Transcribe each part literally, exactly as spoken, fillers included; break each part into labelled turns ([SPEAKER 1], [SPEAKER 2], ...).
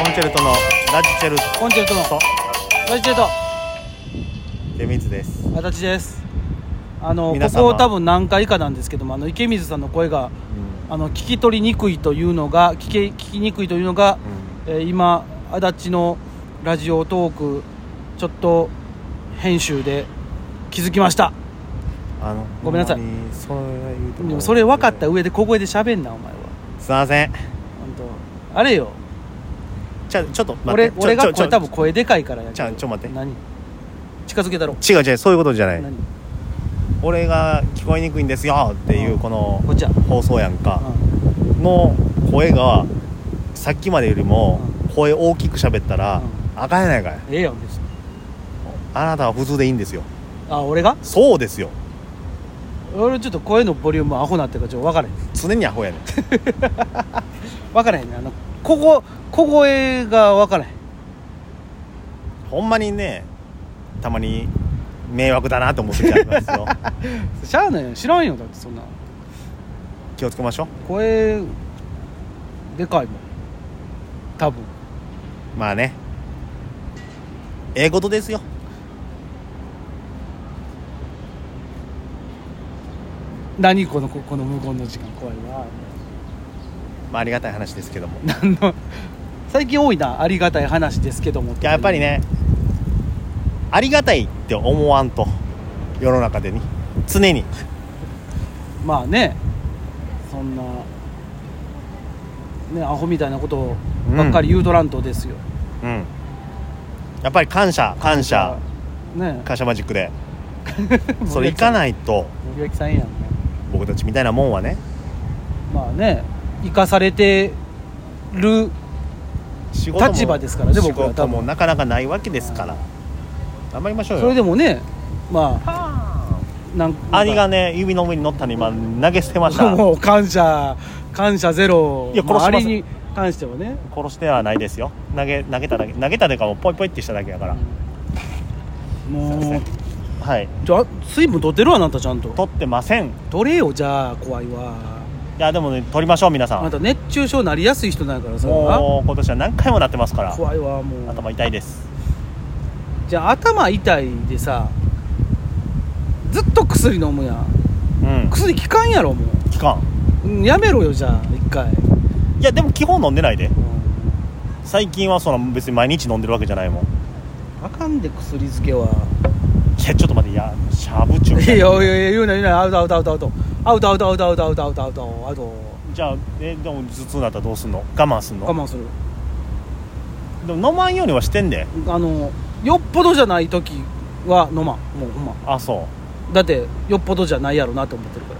[SPEAKER 1] ンチェルトのラジチェルト
[SPEAKER 2] コンチェルトのラジチェルト
[SPEAKER 1] 池水です。
[SPEAKER 2] 足立です。あの
[SPEAKER 1] 皆様
[SPEAKER 2] ここ多分何回かなんですけども、あの池水さんの声が、うん、あの聞き取りにくいというのが聞け聞きにくいというのが、うん、えー、今足立のラジオトークちょっと編集で気づきました。
[SPEAKER 1] あの
[SPEAKER 2] ごめんなさい。
[SPEAKER 1] それ言うと
[SPEAKER 2] でもそれ分かった上で小声で喋んなお前は。
[SPEAKER 1] すいません。
[SPEAKER 2] 本当あれよ。
[SPEAKER 1] ちょちょっと待って。
[SPEAKER 2] 俺俺が声多分声でかいからやけど。
[SPEAKER 1] ちょちょ待って。
[SPEAKER 2] 何？近づけたろ。
[SPEAKER 1] 違う違うそういうことじゃない。
[SPEAKER 2] 何？
[SPEAKER 1] 俺が聞こえにくいんですよっていうこの放送やんか、うん、の声がさっきまでよりも声大きく喋ったら、うん、あかんやないかい。
[SPEAKER 2] ええやん別に。
[SPEAKER 1] あなたは普通でいいんですよ。
[SPEAKER 2] あ、俺が？
[SPEAKER 1] そうですよ。
[SPEAKER 2] 俺ちょっと声のボリュームアホなってるからちょっと分からへん。
[SPEAKER 1] 常にアホやねん。
[SPEAKER 2] 分からへんね。あの小声小声が分からへん。
[SPEAKER 1] ほんまにね、たまに迷惑だなと思ってきたんですよ。
[SPEAKER 2] しゃあないよ、知らんよ。だってそんな
[SPEAKER 1] 気をつけましょう。
[SPEAKER 2] 声でかいもん多分。
[SPEAKER 1] まあね、ええことですよ。
[SPEAKER 2] 何このこの無言の時間怖いわ。
[SPEAKER 1] まあありがたい話ですけども。
[SPEAKER 2] 何の最近多いな、ありがたい話ですけども。
[SPEAKER 1] やっぱりね、ありがたいって思わんと世の中でに常に
[SPEAKER 2] まあね、そんなねアホみたいなことばっかり言うとらんとですよ。
[SPEAKER 1] うん、うん、やっぱり感謝感謝
[SPEAKER 2] ね、
[SPEAKER 1] 感謝マジックでそれいかないと
[SPEAKER 2] 森脇さんやんね。
[SPEAKER 1] 僕たちみたいなもんはね、
[SPEAKER 2] まあね、生かされてる立場ですからね。僕は
[SPEAKER 1] 仕事もなかなかないわけですから頑張りましょうよ。
[SPEAKER 2] それでもね、まあ
[SPEAKER 1] なん兄がね指の上に乗ったの今投げ捨てました。
[SPEAKER 2] もう感謝感謝ゼロ。
[SPEAKER 1] いや殺します、まあ、
[SPEAKER 2] 兄に関してはね、
[SPEAKER 1] 殺してはないですよ。投げ投げただけ投げたでかもポイポイってしただけやから、
[SPEAKER 2] うん、もう
[SPEAKER 1] はい。
[SPEAKER 2] じゃあ水分取ってるわあなた。ちゃんと
[SPEAKER 1] 取ってません。
[SPEAKER 2] 取れよ。じゃあ怖いわ。
[SPEAKER 1] いやでもね、取りましょう皆さん。
[SPEAKER 2] あなた熱中症なりやすい人だからさ。
[SPEAKER 1] もう今年は何回もなってますから。
[SPEAKER 2] 怖いわもう。
[SPEAKER 1] 頭痛いです。
[SPEAKER 2] じゃあ頭痛いでさずっと薬飲むやん、うん、薬効かんやろ。もう
[SPEAKER 1] 効か
[SPEAKER 2] ん。やめろよじゃあ一回。
[SPEAKER 1] いやでも基本飲んでないで、うん、最近はその別に毎日飲んでるわけじゃないもん。
[SPEAKER 2] あかんで薬漬けは。
[SPEAKER 1] いやちょっと待って、いやシャブチュー。
[SPEAKER 2] いやいやいや言うな言うな。アウトアウトアウトアウトアウトアウトアウトアウトアウトアウトアウトアウト。
[SPEAKER 1] じゃあえでも頭痛になったらどうすんの？我慢すんの？
[SPEAKER 2] 我慢する。
[SPEAKER 1] でも飲まんようにはしてんで。
[SPEAKER 2] あのよっぽどじゃない時は飲まん。もうほんま。
[SPEAKER 1] あ、そう
[SPEAKER 2] だってよっぽどじゃないやろなと思ってるから。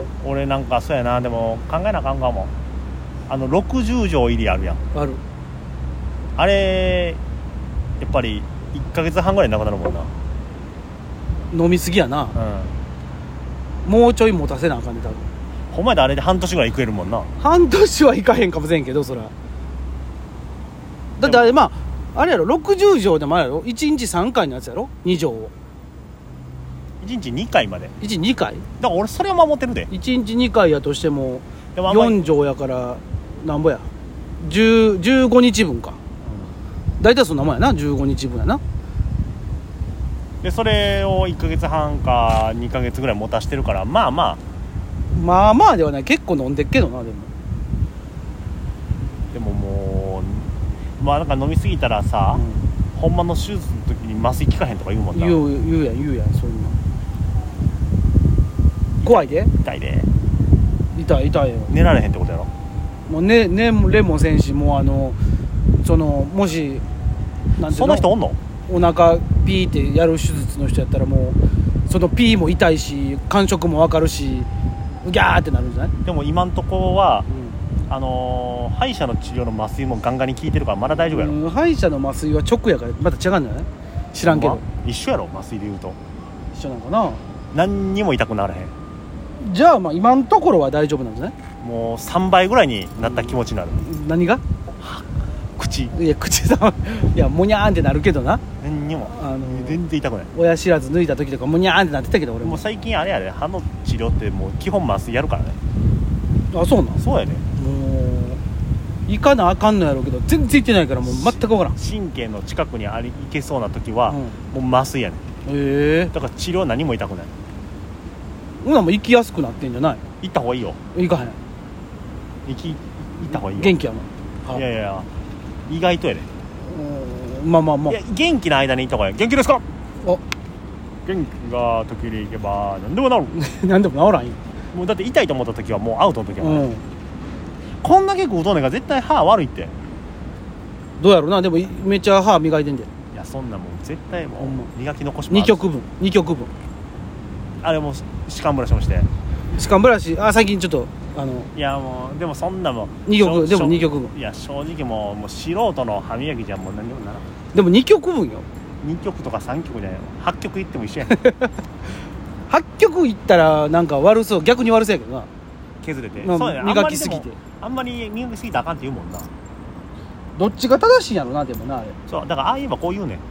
[SPEAKER 1] 俺なんかそうやな。でも考えなあかんかも。あのろくじゅう錠入りあるやん。
[SPEAKER 2] ある。
[SPEAKER 1] あれやっぱりいっかげつはんぐらいなくなるもんな。
[SPEAKER 2] 飲みすぎやな、うん、もうちょい持たせなあかんね多分。
[SPEAKER 1] ほんまやであれで半年ぐらいいくえるもんな。
[SPEAKER 2] 半年はいかへんかもしれんけどそら。だってあれまああれやろろくじゅう錠でもあれやろいちにちさんかいのやつやろに錠を
[SPEAKER 1] いちにちにかいまで。
[SPEAKER 2] いちにちにかい
[SPEAKER 1] だから俺それは守ってるで。
[SPEAKER 2] いちにちにかいやとしてもよん錠やからなんぼやじゅう、じゅうごにちぶんか、うん、だいたいそんなもんやな。じゅうごにちぶんやな。
[SPEAKER 1] でそれをいっかげつはんかにかげつぐらい持たしてるから、まあまあ
[SPEAKER 2] まあまあではない。結構飲んでっけどな。でも
[SPEAKER 1] でももうまあなんか飲みすぎたらさ、うん、ほんまの手術の時に麻酔効かへんとか言うもんな。
[SPEAKER 2] 言う言うやん言うやん。そういうの怖いで。
[SPEAKER 1] 痛いで。
[SPEAKER 2] 痛い痛いよ。
[SPEAKER 1] 寝られへんってことやろ。
[SPEAKER 2] もうねねれもせんし、もうあのそのもし
[SPEAKER 1] なんていうの、そんな人おんの？
[SPEAKER 2] お腹ピーってやる手術の人やったらもうそのピーも痛いし感触も分かるしギャーってなるんじゃない？
[SPEAKER 1] でも今んとこは、
[SPEAKER 2] うん、
[SPEAKER 1] あのー、歯医者の治療の麻酔もガンガンに効いてるからまだ大丈夫やろ。
[SPEAKER 2] うん、歯医者の麻酔は直やからまた違うんじゃない？知らんけど、ま
[SPEAKER 1] あ、一緒やろ麻酔で言うと。
[SPEAKER 2] 一緒なんかな。
[SPEAKER 1] 何にも痛くならへん。
[SPEAKER 2] じゃあまあ今のところは大丈夫なんじゃない？
[SPEAKER 1] もうさんばいぐらいになった気持ちになる、
[SPEAKER 2] うん、何が？
[SPEAKER 1] 口。
[SPEAKER 2] いや口さいやモニャーンってなるけどな。
[SPEAKER 1] 何にも、あのー、全然痛くない。
[SPEAKER 2] 親知らず抜いた時とかモニャーンってなってたけど俺も。
[SPEAKER 1] もう最近あれやで、歯の治療ってもう基本麻酔やるからね。
[SPEAKER 2] あ、そうなん？
[SPEAKER 1] そうやで。
[SPEAKER 2] もう行かなあかんのやろうけど全然行ってないからもう全く分からん。
[SPEAKER 1] 神経の近くにあり行けそうな時は、
[SPEAKER 2] うん、
[SPEAKER 1] もう麻酔やねん。
[SPEAKER 2] ええー、
[SPEAKER 1] だから治療何も痛くない。
[SPEAKER 2] ほなもう行きやすくなってんじゃない？
[SPEAKER 1] 行った方がいいよ。
[SPEAKER 2] 行かへん。
[SPEAKER 1] 行き行った方がいいよ。
[SPEAKER 2] 元気や
[SPEAKER 1] もん。いやいや意外とやで。
[SPEAKER 2] うん、まあまあまあ。
[SPEAKER 1] いや元気な間に行った方がいい。元気ですか？
[SPEAKER 2] お
[SPEAKER 1] 元気が時に行けば何でもなる。
[SPEAKER 2] 何でも治らんよ。
[SPEAKER 1] もうだって痛いと思った時はもうアウトの時は、
[SPEAKER 2] うん、
[SPEAKER 1] こんだけ食うとんねんから絶対歯悪いって。
[SPEAKER 2] どうやろうな。でもめっちゃ歯磨いてんで。
[SPEAKER 1] いやそんなもん絶対もう磨き残しも
[SPEAKER 2] にきょくぶんにきょくぶん
[SPEAKER 1] あれも歯間ブラシもして
[SPEAKER 2] 歯間ブラシあ最近ちょっとあの
[SPEAKER 1] いやもうでもそんなもん
[SPEAKER 2] にきょくでもにきょくぶん
[SPEAKER 1] いや正直もうもう素人の歯磨きじゃもう何にもならん。
[SPEAKER 2] でもにきょくぶんよ。
[SPEAKER 1] にきょくとかさんきょくじゃないよ。はっきょくいっても一緒やん
[SPEAKER 2] はっきょくいったらなんか悪そう逆に悪そうやけどな。
[SPEAKER 1] 削れて、
[SPEAKER 2] まあ、
[SPEAKER 1] そうやね、
[SPEAKER 2] 磨きすぎて
[SPEAKER 1] あんまり磨きすぎたらあかんって言うもんな。
[SPEAKER 2] どっちが正しいんやろな。でもなあれ
[SPEAKER 1] そうだからああ言えばこう言うねん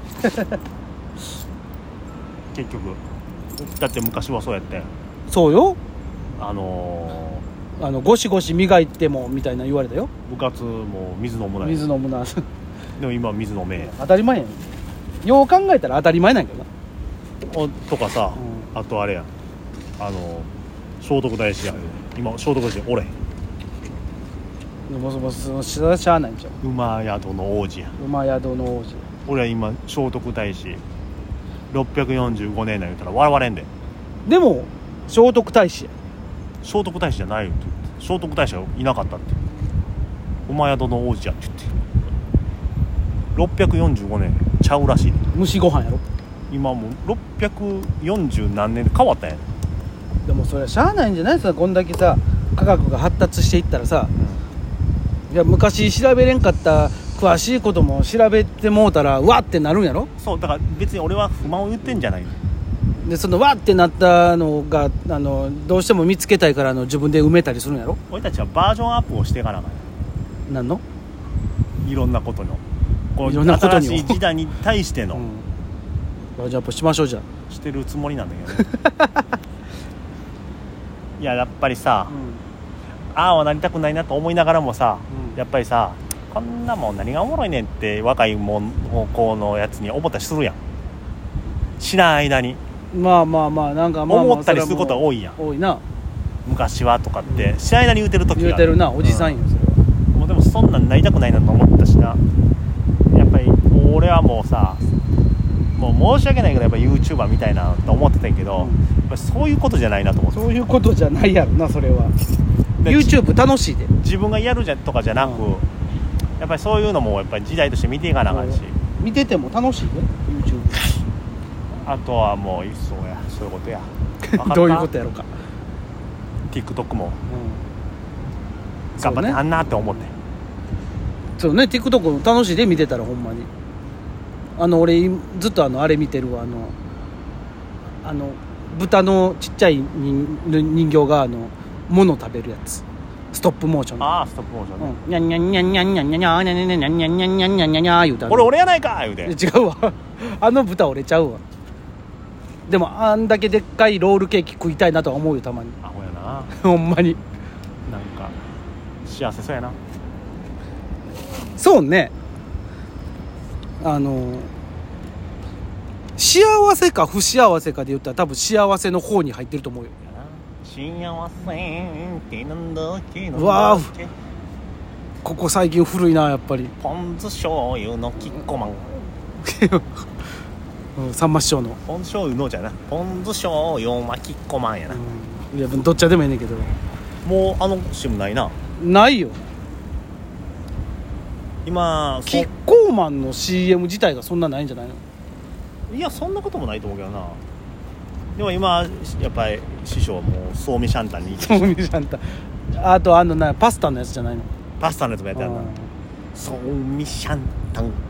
[SPEAKER 1] 結局だって昔はそうやって
[SPEAKER 2] そうよ。
[SPEAKER 1] あの
[SPEAKER 2] ー、あのゴシゴシ磨いてもみたいな言われたよ。
[SPEAKER 1] 部活も水飲むなよ。
[SPEAKER 2] 水飲むな
[SPEAKER 1] でも今水飲め
[SPEAKER 2] 当たり前やん。よう考えたら当たり前なんやけどな。
[SPEAKER 1] おとかさ、
[SPEAKER 2] うん、
[SPEAKER 1] あとあれやあの聖徳太子や今聖徳太子おれへん。
[SPEAKER 2] でもそもそもしゃあないんちゃう。
[SPEAKER 1] 馬宿の王子や。
[SPEAKER 2] 馬宿の王子。
[SPEAKER 1] 俺は今聖徳太子ろっぴゃくよんじゅうごねんなん言うたら笑われんで。
[SPEAKER 2] でも聖徳太子や。
[SPEAKER 1] 聖徳太子じゃないよって聖徳太子はいなかったって。馬宿の王子やって言ってろっぴゃくよんじゅうごねんちゃうらしい。
[SPEAKER 2] 虫ご飯やろ。今
[SPEAKER 1] もうろっぴゃくよんじゅう何年で変わったんや。
[SPEAKER 2] でもそれはしゃあないんじゃないですか。こんだけさ科学が発達していったらさ、うん、いや昔調べれんかった詳しいことも調べてもうたらわってなるんやろ。
[SPEAKER 1] そうだから別に俺は不満を言ってんじゃない
[SPEAKER 2] でそのわってなったのがあのどうしても見つけたいからの自分で埋めたりするんやろ。
[SPEAKER 1] 俺たちはバージョンアップをしていかなあかん。
[SPEAKER 2] なんの
[SPEAKER 1] いろんなことのこう
[SPEAKER 2] いろんなことに
[SPEAKER 1] 新しい時代に対しての、うん、
[SPEAKER 2] バージョンアップしましょう。じゃ
[SPEAKER 1] あしてるつもりなんだけどねいややっぱりさ、うん、ああはなりたくないなと思いながらもさ、うん、やっぱりさこんなもん何がおもろいねんって若いもん子のやつに思ったりするやん。知らん間に
[SPEAKER 2] まあまあまあなんかまあまあ
[SPEAKER 1] 思ったりすることは多いやん。
[SPEAKER 2] 多いな
[SPEAKER 1] 昔はとかって知らん間に言うてる時が
[SPEAKER 2] 言うてるなおじさんよ、うん、それは
[SPEAKER 1] もうでもそんなんなりたくないなと思ったしな。やっぱり俺はもうさもう申し訳ないけどやっぱ YouTuber みたいなと思ってたんやけど、うん、やっぱそういうことじゃないなと思って。
[SPEAKER 2] そういうことじゃないやろなそれは。 YouTube 楽しいで
[SPEAKER 1] 自分がやるじゃとかじゃなく、うん、やっぱりそういうのもやっぱり時代として見ていかなあかんし、
[SPEAKER 2] うん、見てても楽しいで YouTube。
[SPEAKER 1] あとはもうそうやそういうことや
[SPEAKER 2] どういうことやろうか。
[SPEAKER 1] TikTok も、うん、頑張ってあんなって思って。
[SPEAKER 2] そうね TikTok 楽しいで見てたらほんまにあの俺ずっとあのあれ見てるわ。あのあの豚のちっちゃい人, 人形があの物食べるやつストップモーション。
[SPEAKER 1] ああストップモーションね。
[SPEAKER 2] にゃんにゃんにゃんにゃんにゃんにゃんにゃんにゃんにゃんにゃんにゃんにゃんにゃんにゃんにゃん言うたら
[SPEAKER 1] 俺俺やないか言うて。
[SPEAKER 2] 違うわあの豚俺ちゃうわ。でもあんだけでっかいロールケーキ食いたいなとは思うよたまに。
[SPEAKER 1] アホやな
[SPEAKER 2] ほんまに
[SPEAKER 1] なんか幸せそうやな。
[SPEAKER 2] そうね。あの幸せか不幸せかで言ったら多分幸せの方に入ってると思うよ。
[SPEAKER 1] 幸せってなんだっけ。
[SPEAKER 2] うわーここ最近古いなやっぱり。
[SPEAKER 1] ポン酢醤油のキッコマン
[SPEAKER 2] うん、さんま師匠の
[SPEAKER 1] ポン酢醤油のじゃなポン酢醤油まキッコマンやな、
[SPEAKER 2] うん、いやどっちでもいいねんけど
[SPEAKER 1] もうあの シーエム ないな。
[SPEAKER 2] ないよ
[SPEAKER 1] 今。
[SPEAKER 2] キッコーマンの シーエム 自体がそんなないんじゃないの。
[SPEAKER 1] いやそんなこともないと思うけどな。でも今やっぱり師匠はもうソーミシャンタンに
[SPEAKER 2] ソーミシャンタンあとあのなパスタのやつじゃないの。
[SPEAKER 1] パスタのやつもやってやるな。ソーミシャンタン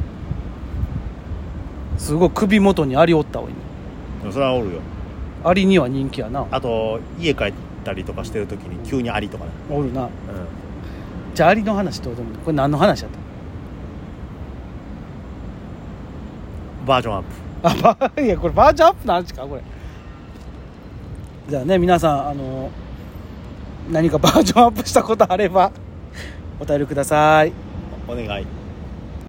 [SPEAKER 2] すごい首元にアリおったわ
[SPEAKER 1] 今。それはおるよ。
[SPEAKER 2] アリには人気やな。
[SPEAKER 1] あと家帰ったりとかしてる時に急にアリとかね
[SPEAKER 2] おるな、うん、
[SPEAKER 1] じゃ
[SPEAKER 2] あアリの話どうでもいい。これ何の話やった。
[SPEAKER 1] バージョンアップ。
[SPEAKER 2] あいやこれバージョンアップの話かこれ。じゃあね皆さんあの何かバージョンアップしたことあればお便りください。
[SPEAKER 1] お願い。